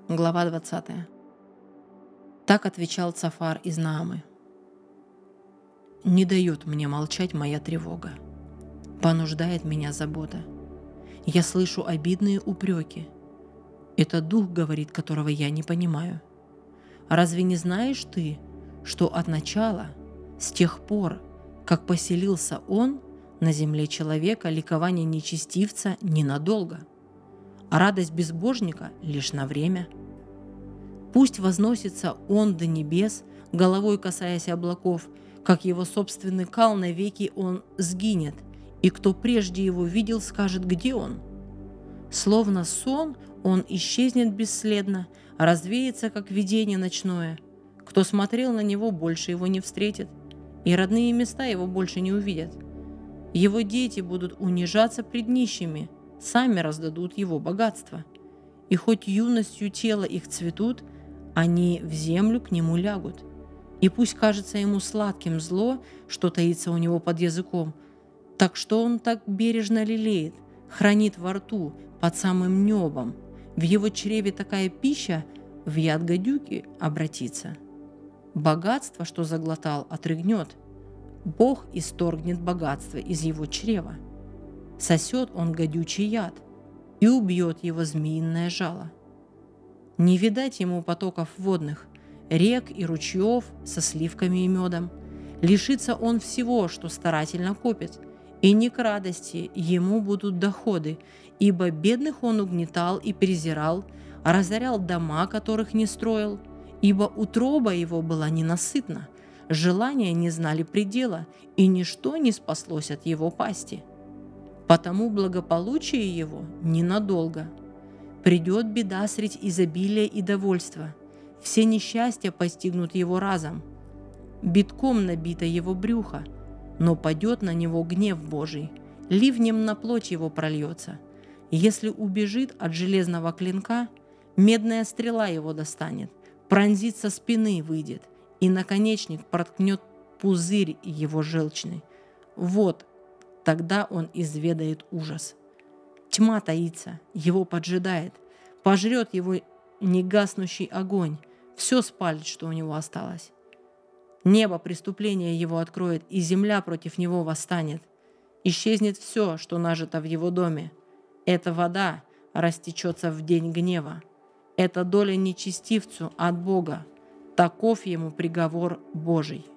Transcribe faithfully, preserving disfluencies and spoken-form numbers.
Глава двадцатая. Так отвечал Цафар из Наамы. «Не дает мне молчать моя тревога. Понуждает меня забота. Я слышу обидные упреки. Это дух говорит, которого я не понимаю. Разве не знаешь ты, что от начала, с тех пор, как поселился он на земле человека, ликование нечестивца ненадолго, а радость безбожника лишь на время? Пусть возносится он до небес, головой касаясь облаков, как его собственный кал навеки он сгинет, и кто прежде его видел, скажет, где он. Словно сон он исчезнет бесследно, развеется, как видение ночное. Кто смотрел на него, больше его не встретит, и родные места его больше не увидят. Его дети будут унижаться пред нищими, сами раздадут его богатство. И хоть юностью тела их цветут, они в землю к нему лягут. И пусть кажется ему сладким зло, что таится у него под языком, так что он так бережно лелеет, хранит во рту, под самым небом. В его чреве такая пища в яд гадюки обратится. Богатство, что заглотал, отрыгнет. Бог исторгнет богатство из его чрева. Сосет он гадючий яд, и убьет его змеиное жало. Не видать ему потоков водных, рек и ручьев со сливками и медом. Лишится он всего, что старательно копит, и не к радости ему будут доходы, ибо бедных он угнетал и презирал, разорял дома, которых не строил, ибо утроба его была ненасытна, желания не знали предела, и ничто не спаслось от его пасти. Потому благополучие его ненадолго. Придет беда средь изобилия и довольства. Все несчастья постигнут его разом. Битком набито его брюхо, но падет на него гнев Божий. Ливнем на плоть его прольется. Если убежит от железного клинка, медная стрела его достанет, пронзит со спины выйдет, и наконечник проткнет пузырь его желчный. Вот тогда он изведает ужас. Тьма таится, его поджидает, пожрет его негаснущий огонь, все спалит, что у него осталось. Небо преступления его откроет, и земля против него восстанет. Исчезнет все, что нажито в его доме. Эта вода растечется в день гнева. Это доля нечестивцу от Бога. Таков ему приговор Божий.